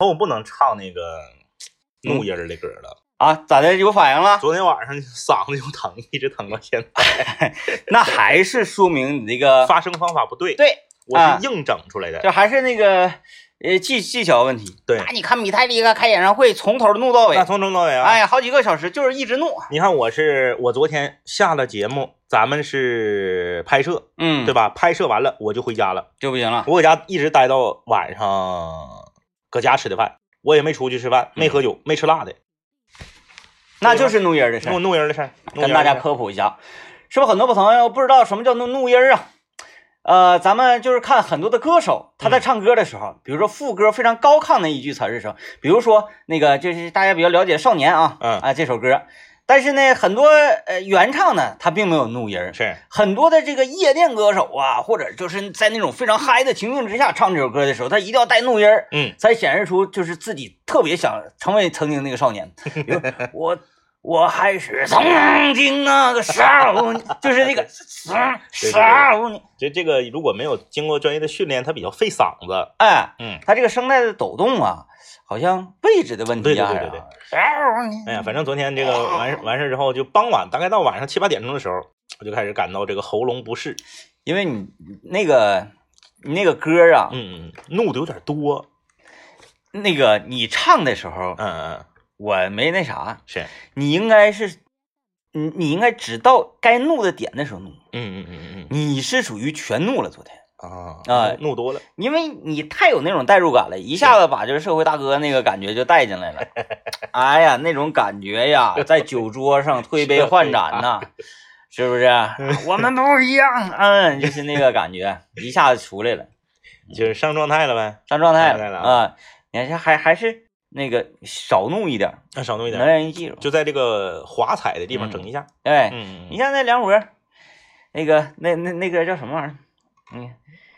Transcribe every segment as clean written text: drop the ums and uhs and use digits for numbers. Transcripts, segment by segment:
我不能唱那个怒音的歌了啊？咋的？有反应了？ 昨天晚上嗓子就疼，一直疼到现在。 那还是说明你这个发声方法不对。 对， 我是硬整出来的。 就还是那个技巧问题。 对， 你看米泰利克开演唱会，从头怒到尾。 那从头到尾啊！ 哎呀，好几个小时就是一直怒。 你看我昨天下了节目，咱们是拍摄，对吧？拍摄完了我就回家了， 就不行了。 我搁家一直待到晚上，搁家吃的饭，我也没出去吃饭，没喝酒，没吃辣的。 那就是怒音的事儿。 怒音的事儿， 跟大家科普一下，是不是很多朋友不知道什么叫怒音啊？咱们就是看很多的歌手，他在唱歌的时候，比如说副歌非常高亢的一句词的时候，比如说那个就是大家比较了解《少年》啊，这首歌，但是呢，很多原唱呢，他并没有怒音， 是很多的这个夜店歌手啊，或者就是在那种非常嗨的情境之下唱这首歌的时候，他一定要带怒音，才显示出就是自己特别想成为曾经那个少年。比如我还是曾经那个少年，就是那个少年。 这个如果没有经过专业的训练，他比较费嗓子。 他这个声带的抖动啊，好像位置的问题啊。 对。哎呀，反正昨天这个完事之后，就傍晚大概到晚上7、8点钟的时候，我就开始感到这个喉咙不适， 因为你那个歌啊， 怒的有点多。 那个你唱的时候，我没那啥，是你应该是，你应该只到该怒的点的时候怒。你是属于全怒了，昨天怒多了， 因为你太有那种代入感了，一下子把这个社会大哥那个感觉就带进来了。哎呀，那种感觉呀，在酒桌上推杯换盏呐，是不是？我们不一样，就是那个感觉一下子出来了， 就是上状态了呗， 上状态了啊！你看还是。那个少怒一点， 少怒一点， 能让人记住。 就在这个华彩的地方整一下。 你像那梁博，那个叫什么玩意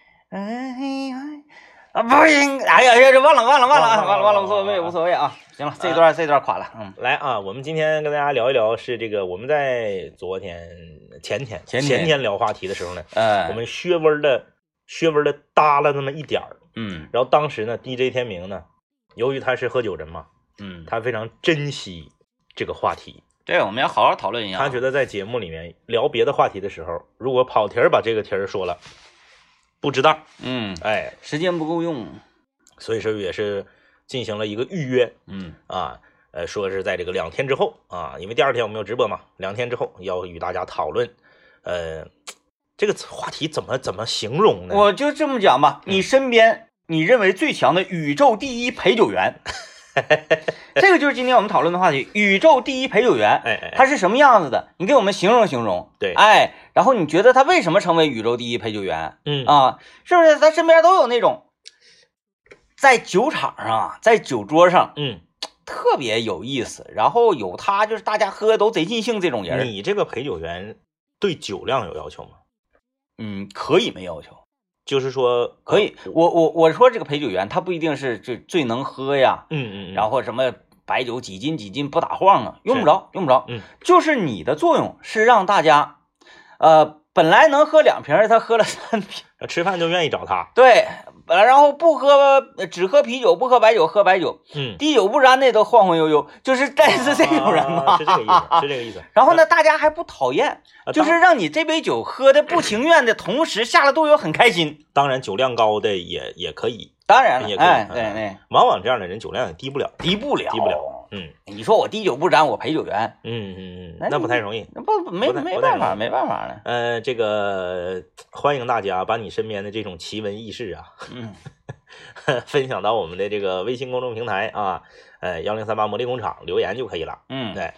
儿？不行，哎呀，这忘了，无所谓啊。行了，这段垮了。 来啊，我们今天跟大家聊一聊是这个我们在前天聊话题的时候呢，我们略微的搭了那么一点儿，然后当时呢 DJ 天明呢。由于他是喝酒人嘛，他非常珍惜这个话题。 对，我们要好好讨论一下。 他觉得在节目里面聊别的话题的时候，如果跑题儿把这个题儿说了，不值当。 时间不够用， 所以说也是进行了一个预约。说是在这个2天之后啊，因为第2天我们有直播嘛，2天之后要与大家讨论。这个话题怎么形容呢？ 我就这么讲吧，你身边。你认为最强的宇宙第一陪酒员，这个就是今天我们讨论的话题。宇宙第一陪酒员，他是什么样子的？你给我们形容形容。 对， 然后你觉得他为什么成为宇宙第一陪酒员？是不是？咱身边都有那种在酒场上，在酒桌上，特别有意思。然后有他就是大家喝都贼尽兴这种人。 你这个陪酒员对酒量有要求吗？ 可以没要求。 就是说可以，我说这个陪酒员他不一定是最能喝呀，然后什么白酒几斤不打晃啊，用不着，就是你的作用是让大家，本来能喝2瓶，他喝了3瓶， 吃饭就愿意找他， 对，然后只喝啤酒，不喝白酒，喝白酒，滴酒不沾的都晃晃悠悠，就是类似这种人嘛， 是这个意思。 然后呢，大家还不讨厌，就是让你这杯酒喝的不情愿的同时，下了肚又很开心。 当然，酒量高的也可以， 当然了， 也可以， 对， 往往这样的人酒量也低不了。 你说我滴酒不沾，我陪酒员， 那不太容易， 那没办法了。这个欢迎大家把你身边的这种奇闻异事啊，分享到我们的这个微信公众平台啊，1038魔力工厂留言就可以了。对，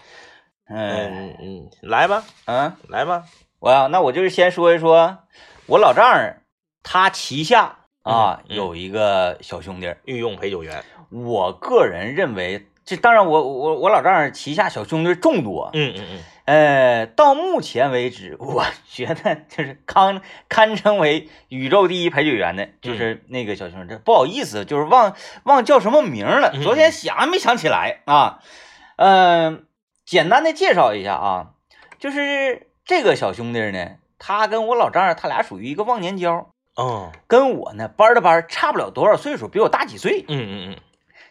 来吧，来吧， 那我就是先说一说我老丈人，他旗下有一个小兄弟， 御用陪酒员。 我个人认为。这当然我老丈人旗下小兄弟众多，到目前为止，我觉得就是堪称为宇宙第一陪酒员的，就是那个小兄弟。不好意思，就是忘叫什么名了，昨天想也没想起来啊。简单的介绍一下啊，就是这个小兄弟呢，他跟我老丈人他俩属于一个忘年交，跟我呢班差不了多少岁数，比我大几岁，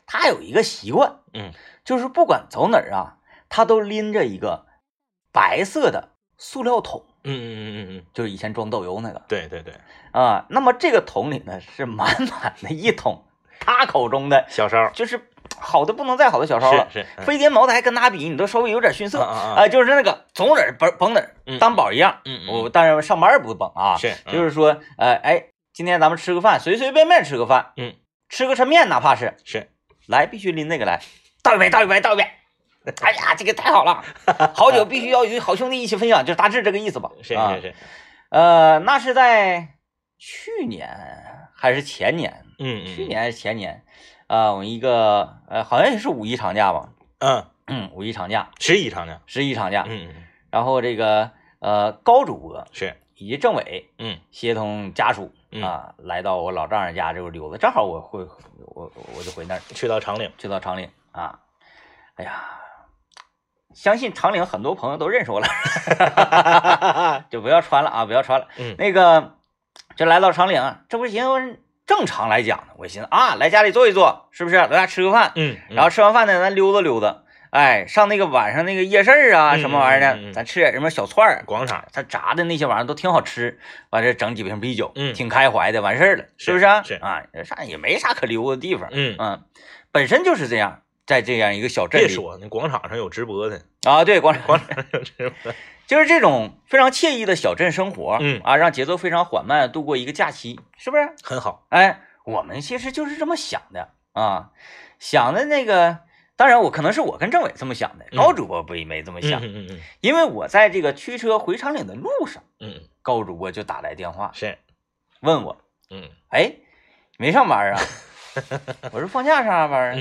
他有一个习惯，就是不管走哪儿啊，他都拎着一个白色的塑料桶，就是以前装豆油那个， 对对对， 啊，那么这个桶里呢是满满的一桶他口中的小烧， 就是好的不能再好的小烧了， 是飞碟茅台跟他比，你都稍微有点逊色，就是那个走哪儿甭哪儿，当宝一样，我当然上班不甭啊，就是说，今天咱们吃个饭，随随便便吃个饭，吃个抻面，哪怕是来必须拎那个来，倒一杯，哎呀，这个太好了，好酒必须要与好兄弟一起分享，就大致这个意思吧。 是， 那是在去年还是前年？去年还是前年？我一个好像也是五一长假吧？五一长假，11长假，然后这个高主播是以及政委，协同家属来到我老丈人家这个溜达，正好我就回那儿， 去到长岭啊，哎呀。相信长岭很多朋友都认识我了，就不要穿了啊，不要穿了。那个就来到长岭，这不行，正常来讲呢，我寻思啊，来家里坐一坐，是不是？咱俩吃个饭，然后吃完饭呢，咱溜达溜达，上那个晚上那个夜市啊，什么玩意儿的，咱吃点什么小串儿， 广场他炸的那些玩意儿都挺好吃，完这整几瓶啤酒，挺开怀的，完事儿了，是不是？ 是啊，啥也没啥可溜的地方，本身就是这样。在这样一个小镇里， 别说那广场上有直播的啊，对，广场上有直播， 就是这种非常惬意的小镇生活，让节奏非常缓慢，度过一个假期，是不是很好？ 我们其实就是这么想的啊，想的那个，当然可能是我跟政委这么想的，高主播没这么想，因为我在这个驱车回长岭的路上，高主播就打来电话， 是问我，没上班啊？我说放假上班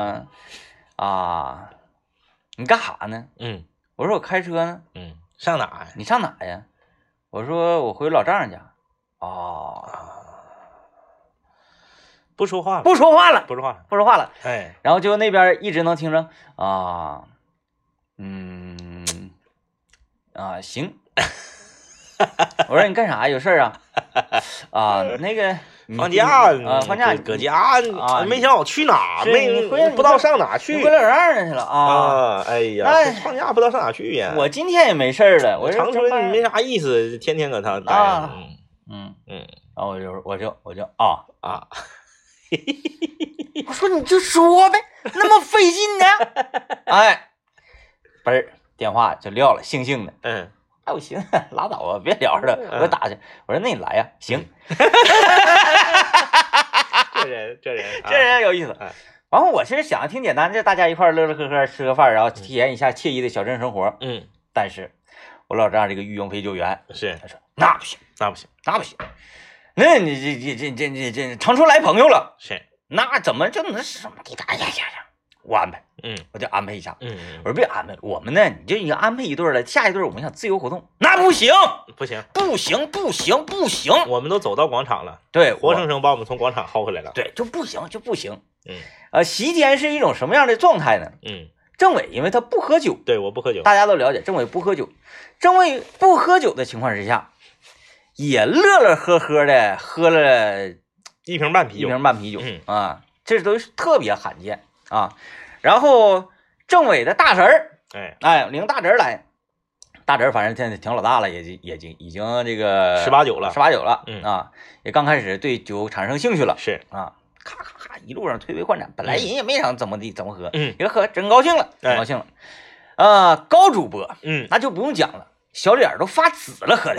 你干啥呢？我说我开车呢。 上哪呀？ 你上哪呀？我说我回老丈人家。 不说话了。 然后就那边一直能听着行。我说你干啥？有事儿啊？那个。 放假放假搁家没想好去哪，不知道上哪去， 回老丈人去了哎呀，放假不知道上哪去呀。 我今天也没事了，我长春没啥意思，天天搁他待着。 然后我就我说你就说呗，那么费劲呢？嘣儿电话就撂了，悻悻的。我寻思拉倒吧，别聊了，我打去。我说那你来呀，行。 这人有意思。然后我其实想的挺简单，就大家一块乐乐呵呵吃个饭，然后体验一下惬意的小镇生活。但是我老丈人这个御用陪酒员是他说那不行，那你这长春来朋友了， 是那怎么就能什么的？哎呀，我安排。我就安排一下。我说别安排，我们呢你就已经安排一对了，下一对我们想自由活动，那不行， 我们都走到广场了， 对， 活生生把我们从广场薅回来了， 对，就不行。席间是一种什么样的状态呢？政委因为他不喝酒， 对，我不喝酒， 大家都了解，政委不喝酒。政委不喝酒的情况之下，也乐乐呵呵的喝了一瓶半啤酒， 这都是特别罕见啊。然后政委的大侄儿，领大侄儿来，大侄儿反正现在挺老大了，已经这个 18、9 了，也刚开始对酒产生兴趣了， 是咔一路上推杯换盏，本来人也没想怎么喝，也喝真高兴了，高主播，那就不用讲了，小脸都发紫了，喝的，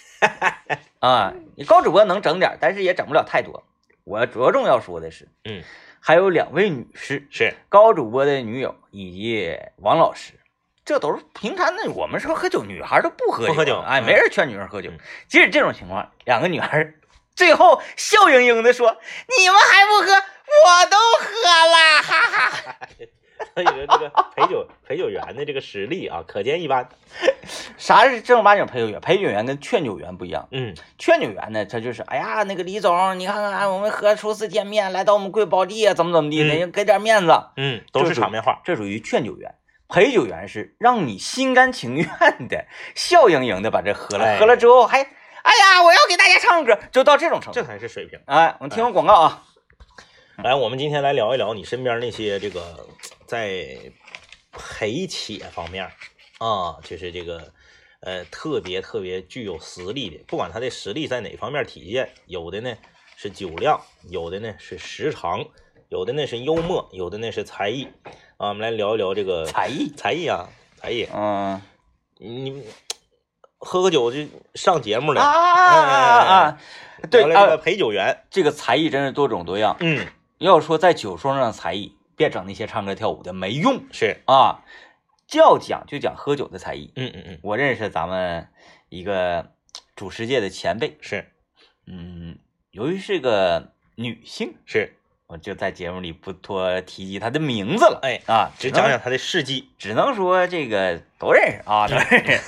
你高主播能整点，但是也整不了太多。我着重要说的是，还有2位女士， 是高主播的女友以及王老师，这都是平常的。我们说喝酒，女孩都不喝酒，没人劝女孩喝酒。即使这种情况，2个女孩最后笑盈盈的说：“你们还不喝，我都喝了，哈哈。” 所以说这个陪酒员的这个实力可见一斑。 啥是正儿八经陪酒员？陪酒员跟劝酒员不一样。劝酒员呢，他就是哎呀，那个李总，你看看我们喝初次见面，来到我们贵宝地怎么地的，给点面子。 都是场面话， 这属于劝酒员。陪酒员是让你心甘情愿的、笑盈盈的把这喝了，喝了之后还哎呀，我要给大家唱歌，就到这种程度， 这才是水平。 我们听完广告啊。 来，我们今天来聊一聊你身边那些这个在陪且方面啊，就是这个特别具有实力的，不管他的实力在哪方面体现，有的呢是酒量，有的呢是时长，有的呢是幽默，有的呢是才艺啊。我们来聊一聊这个才艺啊，才艺。你喝酒就上节目了对这个陪酒员， 这个才艺真是多种多样。要说在酒桌上的才艺，别整那些唱歌跳舞的没用。 是啊，要讲就讲喝酒的才艺。 我认识咱们一个主持界的前辈， 是， 由于是个女性， 是， 我就在节目里不多提及她的名字了。 只讲讲她的事迹， 只能说这个都认识啊，都认识，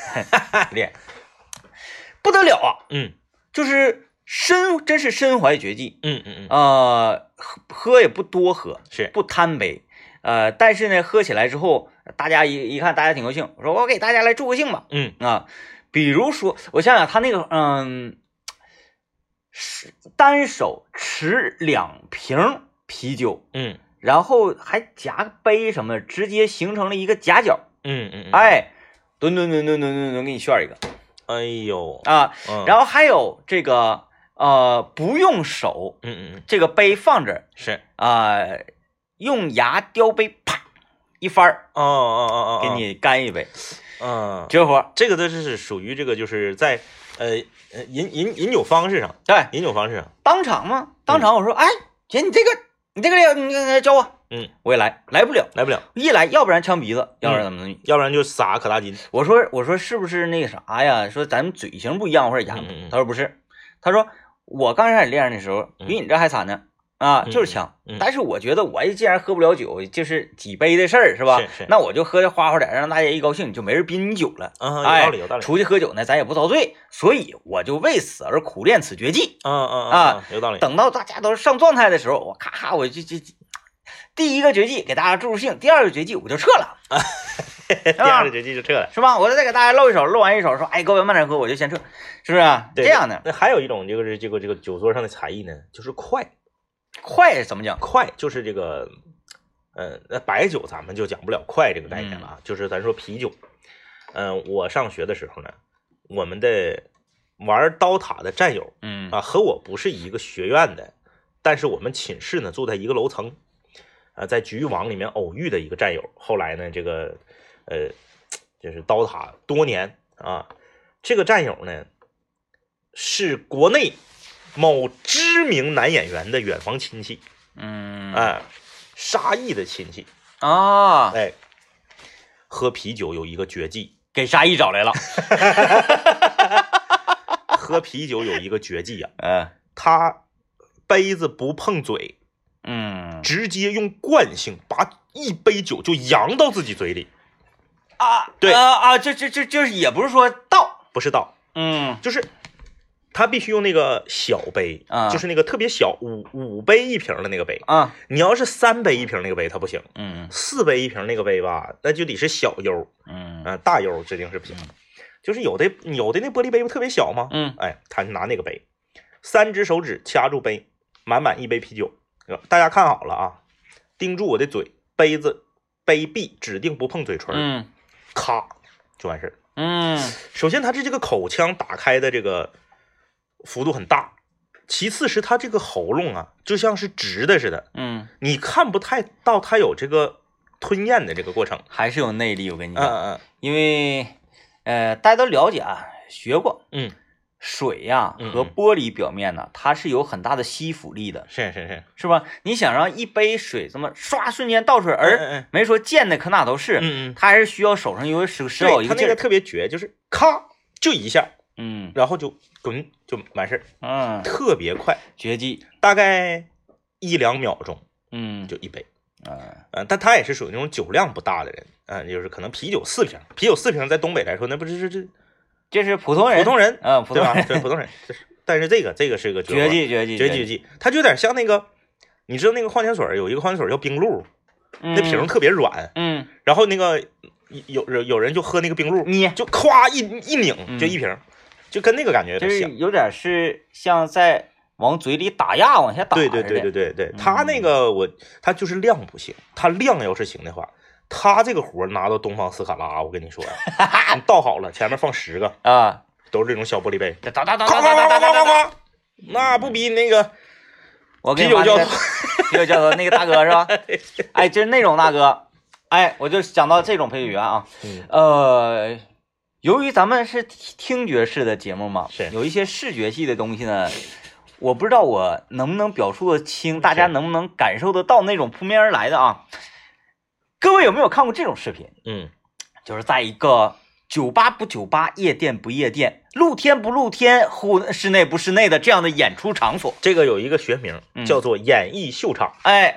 不得了啊，就是真是身怀绝技，喝也不多喝， 是不贪杯，但是呢，喝起来之后，大家一看，大家挺高兴，我说我给大家来助个兴吧，比如说，我想想他那个，是单手持2瓶啤酒，然后还夹个杯什么的，直接形成了一个夹角，吨给你炫一个， 哎呦然后还有这个不用手，这个杯放着是用牙叼杯，啪一翻给你干一杯，绝活。 这个都是属于这个就是在饮酒方式上， 对， 饮酒方式上当场嘛，当场我说，哎，姐，你这个你教我，我也来不了，一来要不然呛鼻子，要不然怎么要不然就撒可达金。 我说是不是那个啥呀？说咱们嘴型不一样或者牙，他说不是，他说我刚开始练的时候比你这还惨呢。就是呛，但是我觉得我既然喝不了酒，就是几杯的事儿，是吧？ 是那我就喝的花花点，让大家一高兴，就没人逼你酒了。 有道理，有道理。 出去喝酒呢，咱也不遭罪，所以我就为此而苦练此绝技。 有道理。 等到大家都上状态的时候，我咔，我就第一个绝技给大家助助兴，第二个绝技我就撤了。 第二个绝技就撤了， 是吧？我再给大家露一手，露完一手说，哎，各位慢点喝，我就先撤，是不是？这样的。 那还有一种就是这个酒桌上的才艺呢，就是快怎么讲？ 快就是这个，白酒咱们就讲不了快这个概念了，就是咱说啤酒。我上学的时候呢，我们的玩刀塔的战友，和我不是一个学院的，但是我们寝室呢住在一个楼层，在局域网里面偶遇的一个战友。后来呢，这个就是刀塔多年啊，这个战友呢是国内某知名男演员的远房亲戚，沙溢的亲戚啊， 喝啤酒有一个绝技， 给沙溢找来了。 喝啤酒有一个绝技啊，他杯子不碰嘴，直接用惯性把一杯酒就扬到自己嘴里，对就是也不是说倒， 不是倒，就是他必须用那个小杯，就是那个特别小5杯1瓶的那个杯你要是3杯1瓶那个杯他不行，4杯1瓶那个杯吧，那就得是小优，大优指定是不行。就是有的那玻璃杯不特别小吗？他拿那个杯，3只手指掐住杯，满一杯啤酒。大家看好了啊，盯住我的嘴，杯壁指定不碰嘴唇，咔就完事儿。首先他这个口腔打开的这个幅度很大，其次是他这个喉咙啊，就像是直的似的，你看不太到他有这个吞咽的这个过程， 还是有内力。我跟你讲，因为大家都了解啊，学过，水呀和玻璃表面呢，它是有很大的吸附力的，是吧？你想让一杯水这么唰瞬间倒出来，而没说溅的可哪都是，它还是需要手上有使好一个劲儿。 它那个特别绝，就是咔就一下，然后就滚就完事儿，特别快， 绝技， 大概1-2秒钟，就一杯，但他也是属于那种酒量不大的人，就是可能啤酒4瓶在东北来说，那不是这是普通人， 对吧？对，普通人，但是这个是个绝技， 它就有点像那个，你知道那个矿泉水有一个矿泉水叫冰露，那瓶特别软，然后那个有人就喝那个冰露，就咵一拧就一瓶，就跟那个感觉有点像， 就是有点是像在往嘴里打压往下打。 对，他那个他就是量不行，他量要是行的话，他这个活拿到东方斯卡拉，我跟你说你倒好了，前面放10个啊， 都是这种小玻璃杯， 哒， 那不比那个我啤酒教头那个大哥是吧？哎，就是那种大哥，哎，我就想到这种陪酒员啊，由于咱们是听觉式的节目嘛， 是有一些视觉系的东西呢，我不知道我能不能表述的清，大家能不能感受得到那种扑面而来的啊？各位有没有看过这种视频？就是在一个酒吧不酒吧、夜店不夜店、露天不露天、室内不室内的这样的演出场所， 这个有一个学名叫做演艺秀场。 哎，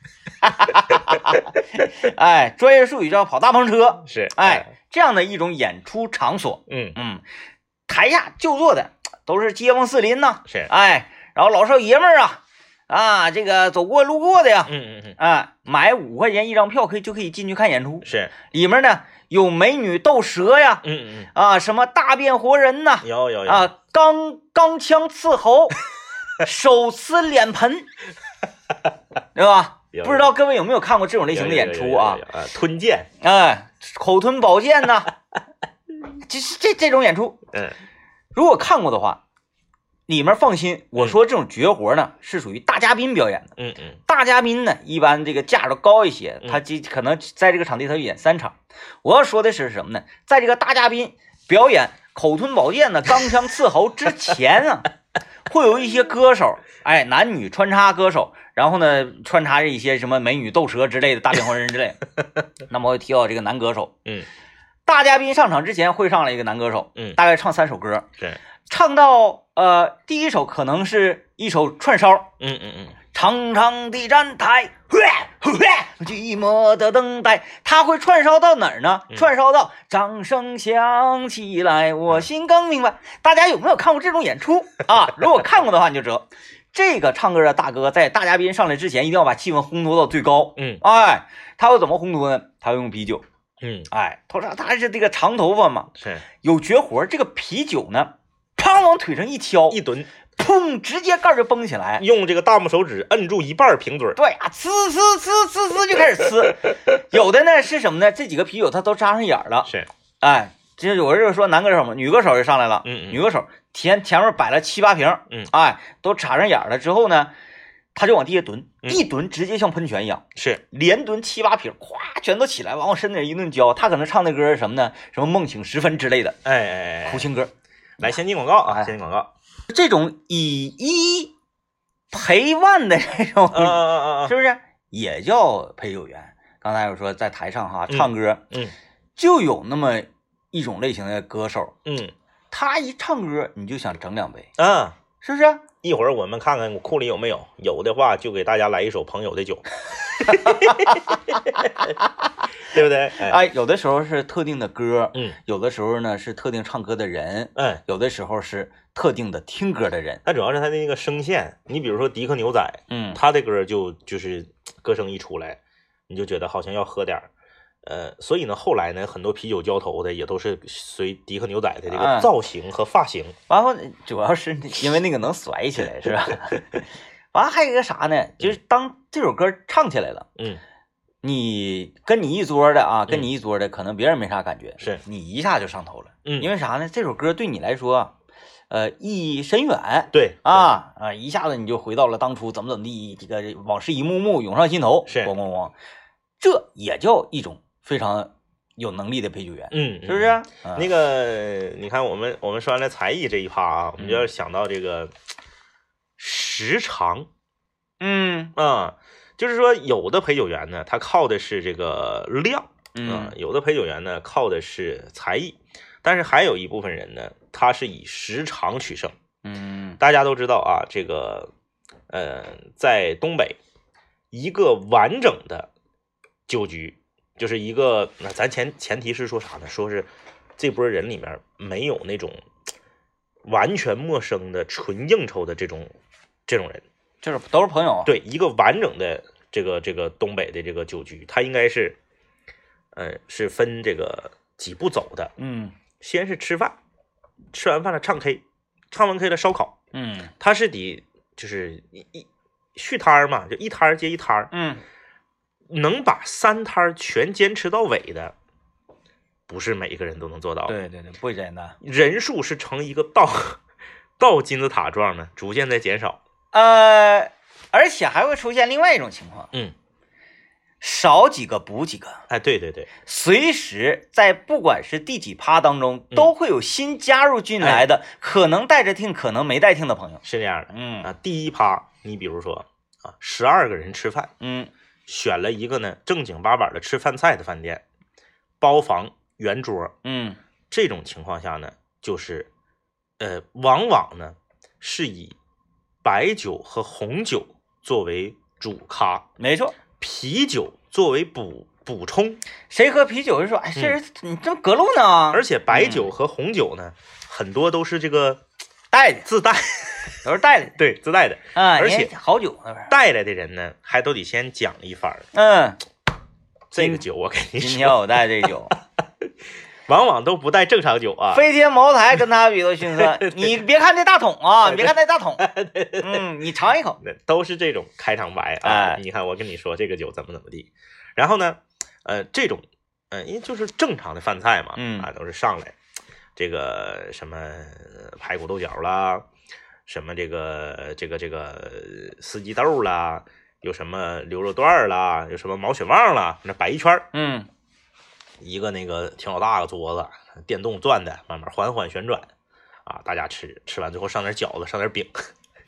哎，专业术语叫跑大篷车， 是哎。这样的一种演出场所，台下就坐的都是街坊四邻呐， 是哎，然后老少爷们儿啊，这个走过路过的呀，买5块钱1张票就可以进去看演出， 是里面呢有美女斗蛇呀，什么大变活人呐， 有啊，钢枪刺喉，手撕脸盆，对吧？不知道各位有没有看过这种类型的演出啊？ 吞剑， 哎，口吞宝剑呐，这种演出，如果看过的话，里面放心，我说这种绝活呢是属于大嘉宾表演的，大嘉宾呢一般这个价都高一些，他可能在这个场地他演3场。我要说的是什么呢？在这个大嘉宾表演口吞宝剑的钢枪刺喉之前啊，会有一些歌手，哎，男女穿插歌手。然后呢，穿插着一些什么美女斗蛇之类的大变活人之类的。那么我提到这个男歌手，大嘉宾上场之前会上来一个男歌手，大概唱3首歌， 是唱到第一首可能是一首串烧，长长的站台，寂寞的等待，他会串烧到哪儿呢？串烧到掌声响起来，我心更明白。大家有没有看过这种演出啊？如果看过的话，你就知道。这个唱歌的大哥在大嘉宾上来之前，一定要把气氛烘托到最高。哎，他会怎么烘托呢？他会用啤酒。哎，他是这个长头发嘛， 是有绝活。这个啤酒呢，砰往腿上一敲， 一蹲， 砰，直接盖就崩起来。 用这个大拇手指摁住一半瓶嘴， 对啊，呲就开始呲。有的呢是什么呢？这几个啤酒它都扎上眼了。 是， 哎，这有人就说男歌手嘛，女歌手就上来了。女歌手。前面摆了7、8瓶，哎，都插上眼了之后呢，他就往地下蹲，一蹲直接像喷泉一样， 是连蹲7、8瓶，咵全都起来，往身体一顿浇。他可能唱的歌是什么呢？什么梦醒时分之类的， 哎， 苦情歌。 来，先进广告啊，先进广告。 这种以1陪万的这种，是不是也叫陪酒员？刚才我说在台上唱歌，就有那么一种类型的歌手，他一唱歌，你就想整2杯，是不是？ 一会儿我们看看我库里有没有，有的话就给大家来一首朋友的酒，对不对？ 哎，有的时候是特定的歌，有的时候呢是特定唱歌的人，有的时候是特定的听歌的人。 那主要是他的那个声线，你比如说迪克牛仔，他的歌就是歌声一出来，你就觉得好像要喝点儿。所以呢，后来呢，很多啤酒浇头的也都是随迪克牛仔的这个造型和发型。 完后，主要是因为那个能甩起来，是吧？完还有一个啥呢？就是当这首歌唱起来了，你跟你一桌的可能别人没啥感觉， 是你一下就上头了，因为啥呢？这首歌对你来说，意义深远， 对一下子你就回到了当初怎么地，这个往事一幕幕涌上心头， 是咣咣咣，这也叫一种非常有能力的陪酒员，是不是？ 那个你看我们说完了才艺这一趴啊，我们就要想到这个时长，就是说有的陪酒员呢，他靠的是这个量，有的陪酒员呢靠的是才艺，但是还有一部分人呢，他是以时长取胜。大家都知道啊，这个在东北一个完整的酒局。就是一个，那咱前提是说啥呢？说是这波人里面没有那种完全陌生的纯应酬的这种人， 就是都是朋友。 对，一个完整的这个东北的这个酒局，它应该是，是分这个几步走的。先是吃饭，吃完饭了唱 K， 唱完 K 了烧烤。它是得就是续摊嘛，就一摊接一摊，能把3摊全坚持到尾的，不是每一个人都能做到。 对，不简单。 人数是呈一个倒金字塔状的，逐渐在减少。 而且还会出现另外一种情况，少几个补几个。 哎，对， 随时在不管是第几趴当中，都会有新加入进来的，可能带着听，可能没带听的朋友。 是这样的，第一趴，你比如说12个人吃饭，选了一个呢正经八百的吃饭菜的饭店，包房圆桌，这种情况下呢，就是往往呢是以白酒和红酒作为主咖， 没错， 啤酒作为补充。 谁喝啤酒就说，哎，这人你这隔路呢？ 而且白酒和红酒呢，很多都是这个带的， 自带， 都是带的， 对，自带的啊。 而且好酒带来的人呢，还都得先讲一番。这个酒我跟你说， 今天我带这酒。 往往都不带正常酒啊， 飞天茅台跟他比都逊色。你别看这大桶啊，你别看这大桶，你尝一口， 都是这种开场白啊。你看我跟你说这个酒怎么地，然后呢，这种，因为就是正常的饭菜嘛，都是上来这个什么排骨豆角啦，什么这个四季豆啦，有什么牛肉段啦，有什么毛血旺啦，那摆一圈，一个那个挺老大个桌子，电动转的，慢慢缓缓旋转啊，大家吃完最后上点饺子，上点饼，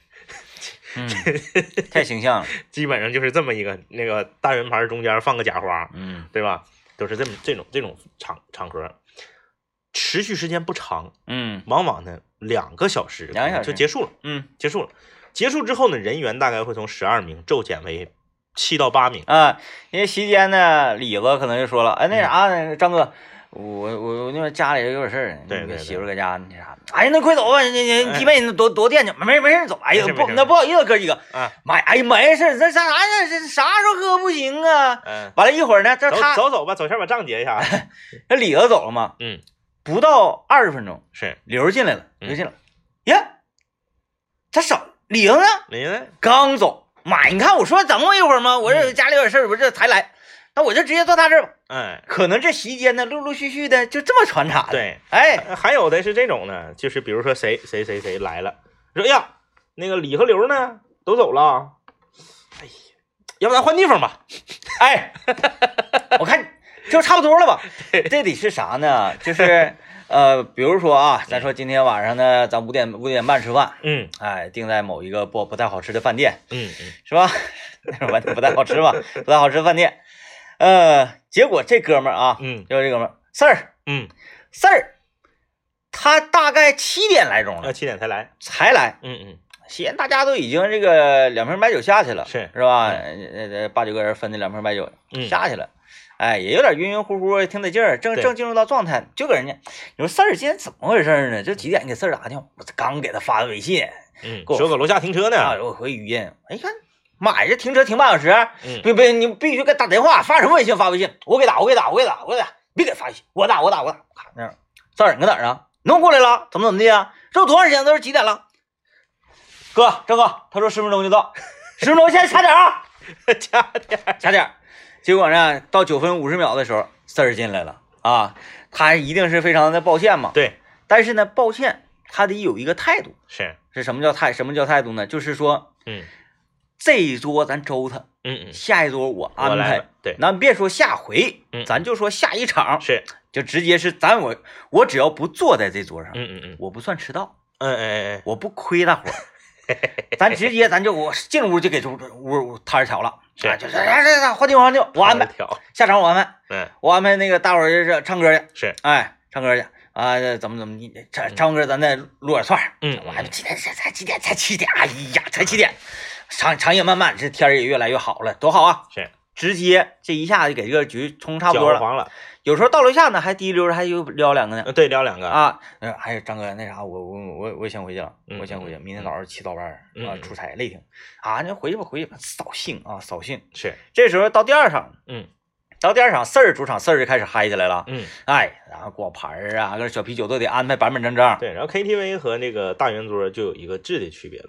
太形象了。 基本上就是这么一个那个大圆盘中间放个假花，对吧？都是这种场合，持续时间不长，往往呢2个小时就结束了，结束了。结束之后呢，人员大概会从12名骤减为7到8名啊。因为席间呢，李子可能就说了，哎，那啥，张哥，我那边家里有点事儿， 对， 媳妇搁家那啥，哎呀，那快走吧，你弟妹多惦记，没事走。哎呀，不好意思，哥几个啊，哎呀，没事，这啥呀？这啥时候喝不行啊？完了一会儿呢，这他走吧，走先把账结一下。 那李子走了嘛，不到20分钟， 是刘进来了，呀，他少李子呢？刚走。妈，你看我说等我一会儿吗？我这家里有点事儿，我这才来，那我就直接坐他这儿吧。可能这席间呢，陆陆续续的就这么穿插的。 对，还有的是这种呢，就是比如说谁来了，说哎呀，那个李和刘呢都走了，哎呀，要不咱换地方吧？ 哎，我看就差不多了吧？这得是啥呢？就是比如说啊，咱说今天晚上呢，咱5点半吃饭，定在某一个不太好吃的饭店，是吧？不太好吃吧？不太好吃的饭店，结果这哥们儿啊，就是这哥们儿四儿，他大概7点来钟了 ，7点才来， 西安大家都已经这个2瓶白酒下去了，是吧？8、9个人分的2瓶白酒下去了。哎，也有点晕晕乎乎，挺得劲儿，正进入到状态，就搁人家，你说四儿今天怎么回事呢？这几点给四儿打电话，我刚给他发的微信， 说搁楼下停车呢， 我回语音，哎看，妈呀，这停车停半小时，你必须给打电话，发什么微信？发微信，我给打，别给发微信，我打，看那四儿你搁哪儿啊？能过来了？怎么地啊？这多长时间？都是几点了？哥，郑哥，他说10分钟就到，10分钟，现在掐点啊，掐点。结果呢，到9分50秒的时候，四儿进来了啊，他一定是非常的抱歉嘛。 对， 但是呢，抱歉他得有一个态度。 是什么叫态度呢？就是说，这一桌咱周他，下一桌我安排。 对， 咱别说下回，咱就说下一场，就直接是我只要不坐在这桌上，我不算迟到，我不亏大伙儿。咱直接我进屋就给这屋摊调了，就是换地方，我安排下场我安排，我安排那个大伙儿是唱歌去，唱歌去啊，怎么你唱歌咱再撸点串，我还几点才几点才7点，哎呀才7点，长夜漫漫，这天也越来越好了，多好啊！直接这一下就给这个局冲差不多了。有时候到楼下呢，还滴溜还又撩2个呢。 对，撩2个啊。还有张哥，那啥，我先回去了，明天早上起早班啊，出差累挺啊，那回去吧，扫兴啊，扫兴。 是。 这时候到第2场，到第2场，四儿主场，四儿就开始嗨起来了。然后挂盘啊，跟小啤酒都得安排板板正正。 对，然后 KTV 和那个大圆桌就有一个质的区别了。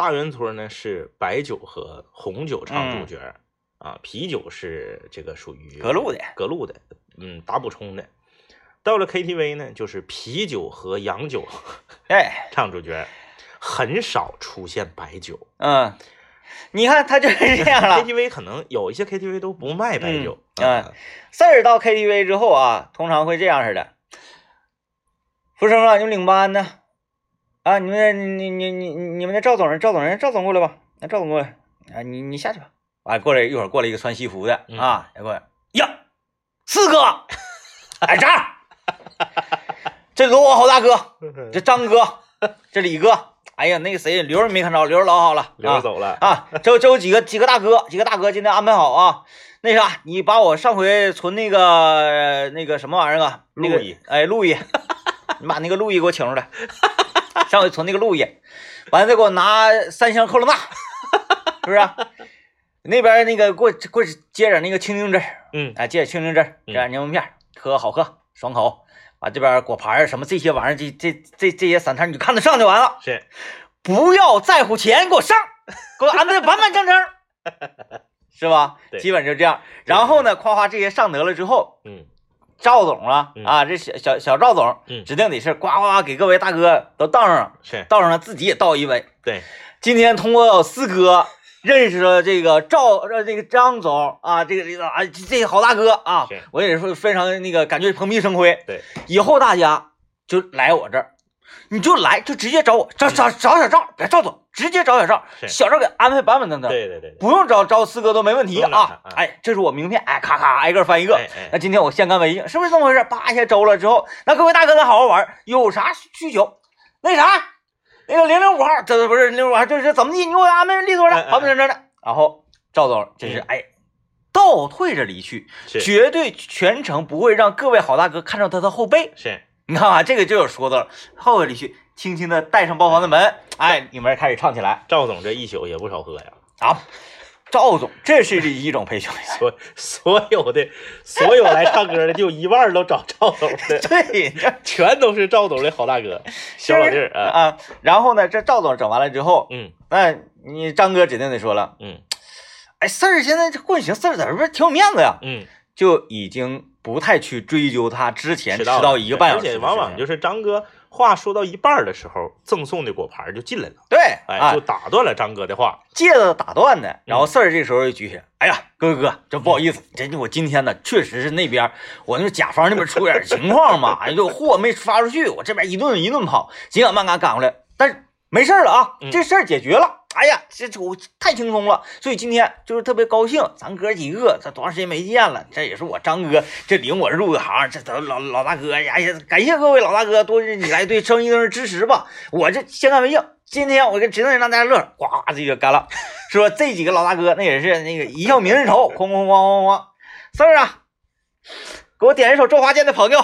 大圆桌呢是白酒和红酒唱主角，啤酒是这个属于隔路的， 打补充的。到了 KTV 呢，就是啤酒和洋酒，唱主角，很少出现白酒。 你看他就是这样了。 KTV 可能有一些 KTV 都不卖白酒。 事儿到 KTV 之后啊，通常会这样似的。服务生啊，你们领班呢？啊，你们的赵总过来吧。那赵总过来啊，你下去吧。过来一会儿过来一个穿西服的过来呀，四哥，这儿，这都我好大哥，这张哥，这李哥。哎呀，那个谁，刘没看着，刘老好了， 刘走了这有几个大哥今天安排好啊。那啥，你把我上回存那个什么玩意儿啊？ 路易， 路易，你把那个路易给我请出来。上回存那个路易，完了再给我拿3箱科罗娜，是不是？那边那个过接点那个青柠汁，接点青柠汁，这样柠檬片，好喝，爽口。把这边果盘什么这些玩意儿，这些散摊你就看得上就完了。 是， 不要在乎钱，给我上，给我安排的板板正正，是吧？基本就这样。然后呢，夸这些上得了之后，赵总这小赵总，指定得是呱呱给各位大哥都倒上了，倒上了自己也倒一杯。 对， 今天通过四哥认识了这个张总这个好大哥啊，我也是非常感觉蓬荜生辉。 对， 以后大家就来我这儿，你就来就直接找我，找小赵，别赵总，直接找小赵，小赵给安排板板正正。 对， 不用找四哥都没问题啊。这是我名片，咔咔挨个翻一个。那今天我先干为敬，是不是这么回事？叭一下周了之后，那各位大哥咱好好玩，有啥需求，那啥。那个005号，这不是005号，这是怎么地？你给我安排利索的，好不正正的。然后赵总这是倒退着离去，绝对全程不会让各位好大哥看到他的后背。 是， 你看啊，这个就有说到了，后退离去，轻轻的带上包房的门，里面开始唱起来。 赵总这一宿也不少喝呀。 赵总，这是一种培训。 所有来唱歌的，就一半都找赵总的。 对， 全都是赵总的好大哥，小老弟儿然后呢，这赵总整完了之后，那你张哥指定得说了，四儿现在这混行，四儿在不是挺有面子呀，就已经不太去追究他之前迟到1个半小时， 而且往往就是张哥话说到一半的时候，赠送的果盘就进来了。 对， 就打断了张哥的话， 借着打断的。然后四儿这时候就举起来，哎呀，哥，这不好意思，我今天呢确实是那边我那甲方那边出点情况嘛，就货没发出去，我这边一顿跑，紧赶慢赶回来，但是没事了啊，这事儿解决了。哎呀，这我太轻松了，所以今天就是特别高兴，咱哥几个这多长时间没见了，这也是我张哥这领我入的行，这都老大哥呀，感谢各位老大哥多日以来对生意的支持吧，我这先干为敬，今天我跟指定让大家乐，呱这就干了，说这几个老大哥那也是一笑泯恩仇，哐哐哐哐哐，四儿啊，给我点一首周华健的朋友。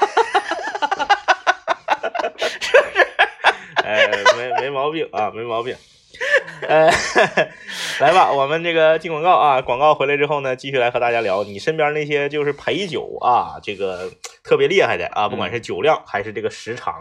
是不是？ 没毛病啊，没毛病。来吧，我们这个进广告啊，广告回来之后呢，继续来和大家聊你身边那些就是陪酒啊，这个特别厉害的啊，不管是酒量还是这个时长。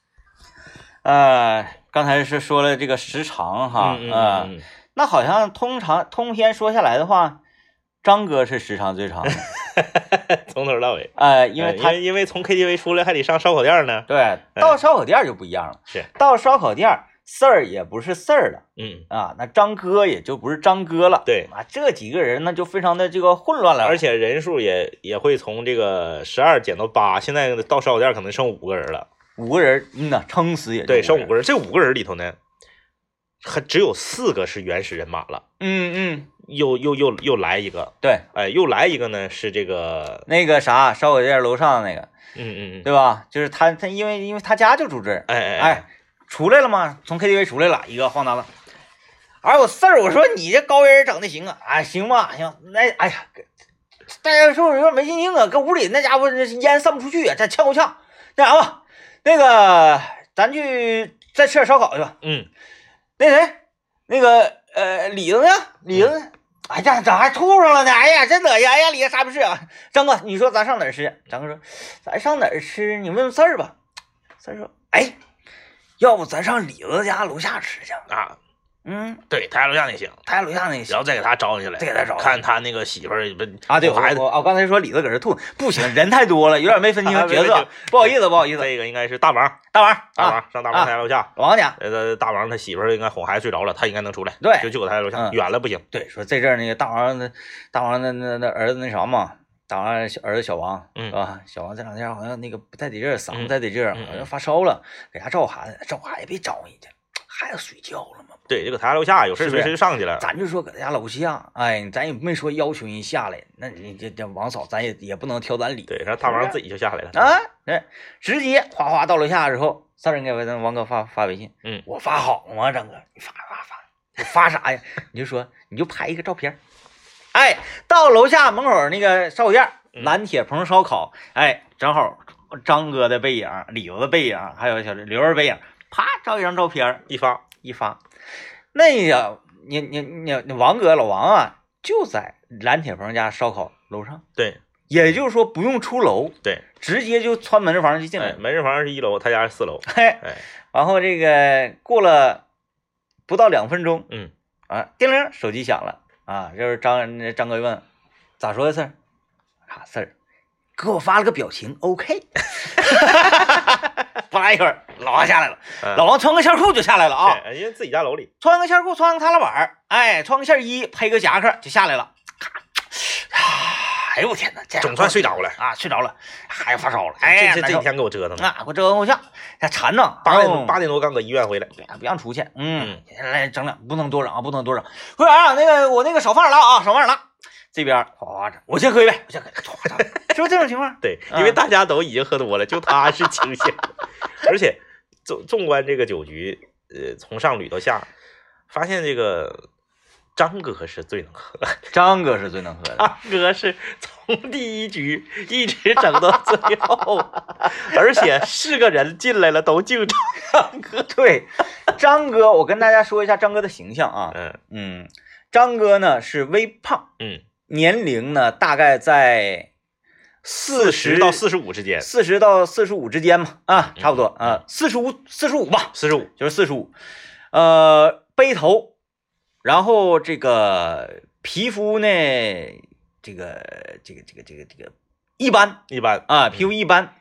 刚才是说了这个时长哈，那好像通篇说下来的话，张哥是时长最长的。 从头到尾，因为从 KTV 出来还得上烧烤店呢。 对，到烧烤店就不一样了。 是， 到烧烤店四儿也不是四儿了，那张哥也就不是张哥了。 对这几个人那就非常的这个混乱了， 而且人数也会从这个12减到8，现在到烧烤店可能剩5个人了。 5个人，撑死也对，剩5个人。这5个人里头呢，还只有4个是原始人马了。又来一个， 对， 又来一个呢，是这个那个啥烧烤店楼上那个，对吧？就是他因为他家就住这儿，出来了吗？从 KTV 出来了，一个晃荡的。我四儿，我说你这高人整的行啊，行吧，行，那哎呀，大家是不是有点没信心啊？搁屋里那家伙烟散不出去啊，这呛不呛？那啥吧，那个咱去再吃点烧烤去吧。那谁，那个李子呢？李子。哎呀，咋还吐上了呢？哎呀，真恶心！哎呀，李子啥不是啊？张哥，你说咱上哪儿吃？张哥说，咱上哪儿吃？你问问四儿吧。四儿说，要不咱上李子家楼下吃去啊？ 对，他家楼下那行， 他家楼下那行， 然后再给他招进去了， 再给他招， 看他那个媳妇儿啊，对，我刚才说里头搁这吐，不行，人太多了，有点没分清角色，不好意思。 这个应该是大王上大王他家楼下， 王家， 大王他媳妇儿应该哄孩子睡着了，他应该能出来， 对， 就搁他家楼下，远了不行。 对，说这阵那个大王那儿子那啥嘛。大王儿子小王，啊，小王这两天好像那个不太得劲儿，嗓子不太得劲儿，好像发烧了，给他照孩子也别招人家，孩子睡觉了嘛。 对，就搁他家楼下，有事随时就上去了。 咱就说搁他家楼下，哎，咱也没说要求人下来，那你这王嫂咱也不能挑咱理。 对，让大王自己就下来了啊，对，直接哗哗到楼下之后，3人给王哥发微信，我发好吗？张哥，你发啥呀？你就拍一个照片。哎，到楼下门口那个烧烤店，蓝铁棚烧烤，哎，正好张哥的背影，李子的背影，还有小刘儿背影，啪照一张照片，一发，那个你王哥老王啊，就在蓝铁棚家烧烤楼上， 对， 也就是说不用出楼， 对， 直接就穿门市房就进来， 门市房是1楼，他家是4楼， 然后这个过了不到2分钟，叮铃，手机响了。啊，就是张哥一问，咋说的事儿？啥事儿？给我发了个表情 ，OK。不来一会儿，老王下来了，老王穿个线裤就下来了啊， 因为自己家楼里， 穿个线裤，穿个踏拉板，哎，穿个线衣，配个夹克就下来了。哎呦我天哪， 总算睡着了啊，睡着了，还发烧了。哎， 这一天给我折腾的啊，给我折腾够呛，馋呢。 8点多刚搁医院回来， 不让出去。来整两，不能多整啊，不能多整。服务员啊，我那个少放点了啊，少放点了。这边哗着，我先喝一杯，是不是这种情况？ 对，因为大家都已经喝多了，就他是清醒。而且纵观这个酒局，从上捋到下，发现这个张哥是最能喝的， 张哥是最能喝的， 张哥是从第1局一直整到最后，而且是个人进来了都敬张哥。 对，张哥，我跟大家说一下张哥的形象啊，张哥呢是微胖，年龄呢大概在 40到45之间 ，40到45之间嘛，啊，差不多啊，45吧，45就是45，背头。然后这个皮肤呢，这个一般啊，皮肤一般，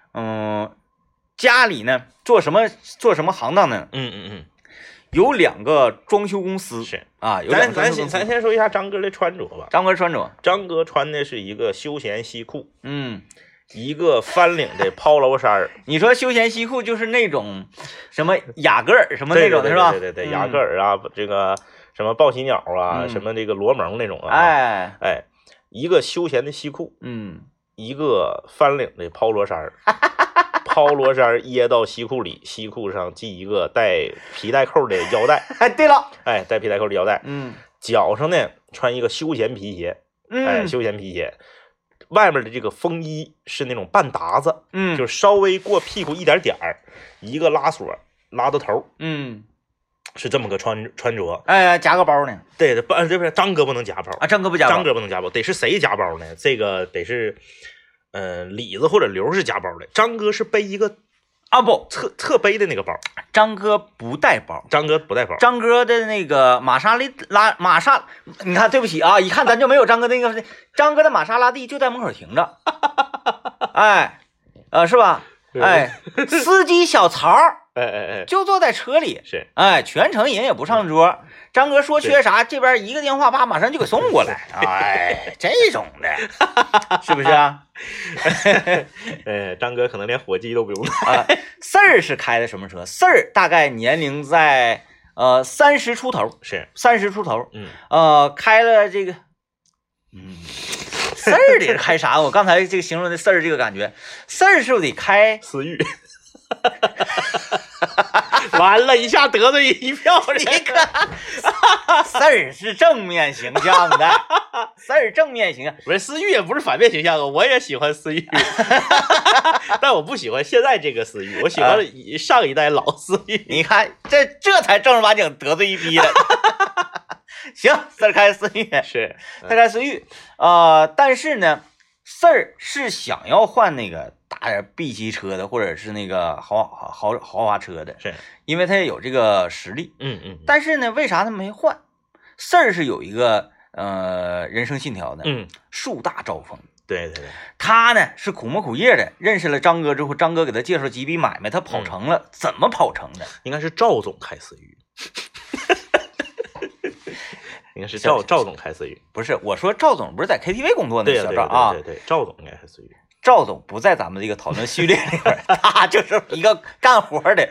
家里呢做什么行当呢？有2个装修公司是啊， 咱先说一下张哥的穿着吧。 张哥穿的是一个休闲西裤，一个翻领的 polo 衫。你说休闲西裤就是那种什么雅戈尔什么那种的是吧？ 对，雅戈尔啊，这个什么豹喜鸟啊，什么这个罗蒙那种啊。哎，一个休闲的西裤，一个翻领的polo衫。polo衫掖到西裤里，西裤上系一个带皮带扣的腰带。 哎，对了， 哎，带皮带扣的腰带。脚上呢穿一个休闲皮鞋。休闲皮鞋，外面的这个风衣是那种半搭子，就是稍微过屁股一点点儿，一个拉锁拉到头。是这么个穿着。 哎，夹个包呢？ 对，不是张哥不能夹包啊，张哥不能夹包，得是谁夹包呢？这个得是。李子或者刘是夹包的，张哥是背一个不侧背的那个包。 张哥不带包， 张哥的那个玛莎，你看，对不起啊，一看咱就没有张哥那个，张哥的玛莎拉蒂就在门口停着，哎，是吧？哎，司机小曹，就坐在车里， 是， 哎，全程人也不上桌。张哥说缺啥，这边一个电话吧，马上就给送过来。哎，这种的，是不是啊？ 张哥可能连火机都不用啊。四儿是开的什么车？四儿大概年龄在30出头， 是 30出头。开了这个，四儿得开啥？我刚才这个形容的四儿这个感觉，四儿是不是得开思域？完了，一下得罪一票人。 四儿是正面形象的，四儿正面形象， 不是思域也不是反面形象啊。我也喜欢思域，但我不喜欢现在这个思域，我喜欢上一代老思域。 你看，这才正儿八经得罪一批了。行，四儿开思域是， 四儿开思域，但是呢， 四儿是想要换那个大点 B 级车的，或者是那个豪华车的， 是因为他也有这个实力。但是呢，为啥他没换？四儿是有一个人生信条的，树大招风。 对对对， 他呢是苦模苦业的，认识了张哥之后，张哥给他介绍几笔买卖，他跑成了。怎么跑成的？ 应该是赵总开私域。应该是赵总开私域， 不是我说赵总不是在 KTV 工作的小赵啊？对，赵总应该是私域。 赵总不在咱们这个讨论序列里边，他就是一个干活的。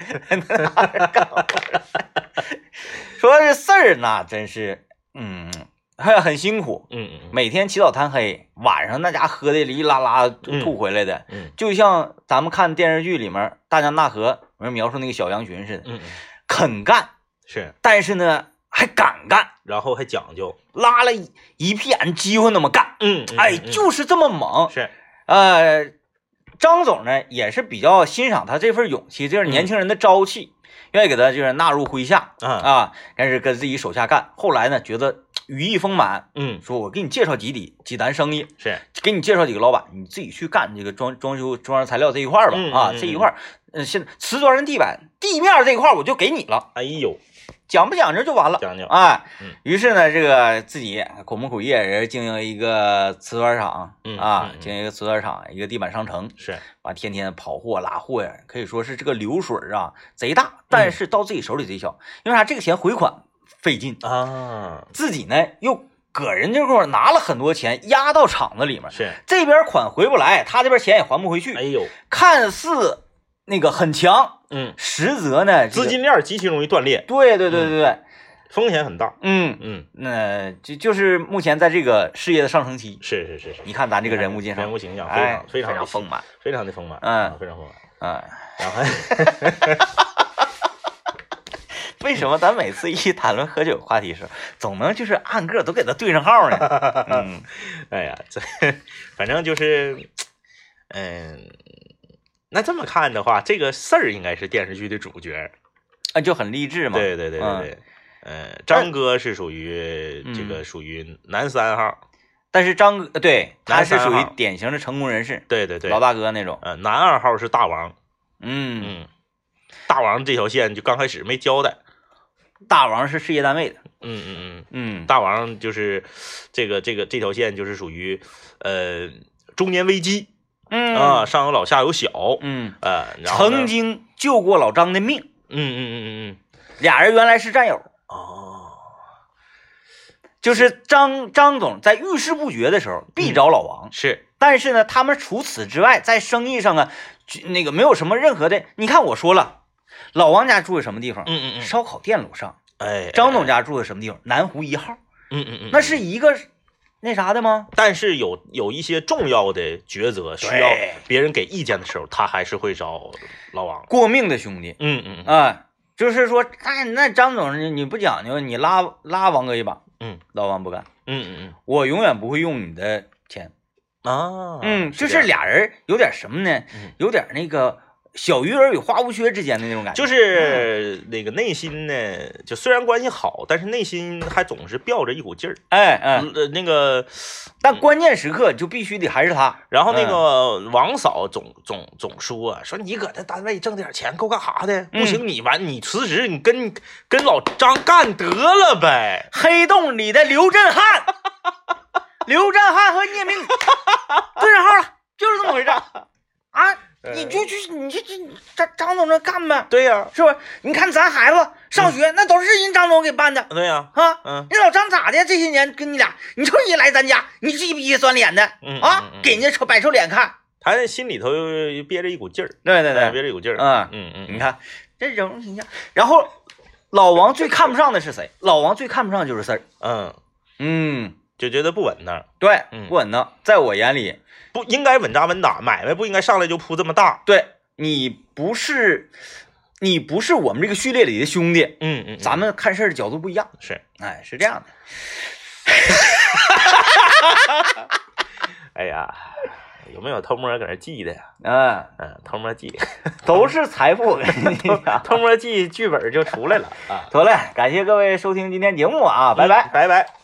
说这事儿那真是，很辛苦，每天起早贪黑，晚上那家喝的哩啦啦吐回来的，就像咱们看电视剧里面大江大河描述那个小羊群似的，肯干是， 但是呢。还敢干， 然后还讲究， 拉了一屁眼机会那么干，就是这么猛。 是， 张总呢也是比较欣赏他这份勇气，就是年轻人的朝气，愿意给他就是纳入麾下但是跟自己手下干。后来呢，觉得羽翼丰满，说我给你介绍几单生意， 是给你介绍几个老板，你自己去干这个装修装饰材料这一块吧，这一块，现在瓷砖地板地面这一块我就给你了。 哎呦。 讲不讲究就完了， 讲究于是呢，这个自己苦模苦业，人经营一个瓷砖厂经营一个瓷砖厂，一个地板商城， 是完天天跑货拉货呀，可以说是这个流水贼大，但是到自己手里贼小，因为啥？这个钱回款费劲自己呢又搁人这块拿了很多钱压到厂子里面， 是这边款回不来，他这边钱也还不回去， 哎呦， 看似那个很强。实则呢， 资金链极其容易断裂。 对， 风险很大。 那就是目前在这个事业的上升期。 是。 你看咱这个人物介绍， 人物形象非常丰满， 非常的丰满。非常丰满。然后为什么咱每次一谈论喝酒话题时，总能就是按个都给他对上号呢？ 哎呀，这反正就是，那这么看的话，这个事儿应该是电视剧的主角， 就很励志嘛。 对，张哥是属于这个属于男3号， 但是张哥对他是属于典型的成功人士， 对， 老大哥那种。 男2号是大王，大王这条线就刚开始没交代， 大王是事业单位的， 大王就是这条线就是属于中年危机。上有老下有小，然后曾经救过老张的命，俩人原来是战友，就是张总在遇事不决的时候必找老王， 是， 但是呢，他们除此之外，在生意上那个没有什么任何的。你看我说了，老王家住在什么地方？烧烤店楼上。张总家住在什么地方？南湖1号。那是一个。那啥的吗？ 但是有一些重要的抉择需要别人给意见的时候，他还是会找老王。 过命的兄弟，就是说，那张总你不讲究，你拉王哥一把，老王不干，我永远不会用你的钱就是俩人有点什么呢？有点那个。小鱼儿与花无缺之间的那种感觉， 就是那个内心呢，就虽然关系好，但是内心还总是吊着一股劲儿。那个， 但关键时刻就必须得还是他。 然后那个王嫂总说你搁这单位挣点钱够干啥的？不行，你辞职，你跟老张干得了呗。 黑洞里的刘振汉，刘振汉和聂明对上号了，就是这么回事你就张总这干呗， 对呀， 是不是？你看咱孩子上学，那都是人张总给办的， 对呀， 你老张咋的？这些年跟你俩，你就一来咱家，你是一逼酸脸的，给人家摆臭脸看， 他心里头憋着一股劲儿， 对， 憋着一股劲儿， 你看这人物形象。然后老王最看不上的是谁？老王最看不上就是事儿， 就觉得不稳当， 对，不稳当，在我眼里。 不应该稳扎稳打，买卖不应该上来就铺这么大。 对，你不是我们这个序列里的兄弟，咱们看事儿的角度不一样， 是这样的。 哎呀，有没有偷摸搁那记的呀？偷摸记都是财富，我跟你讲， 偷摸记剧本就出来了得嘞，感谢各位收听今天节目拜拜， 拜拜。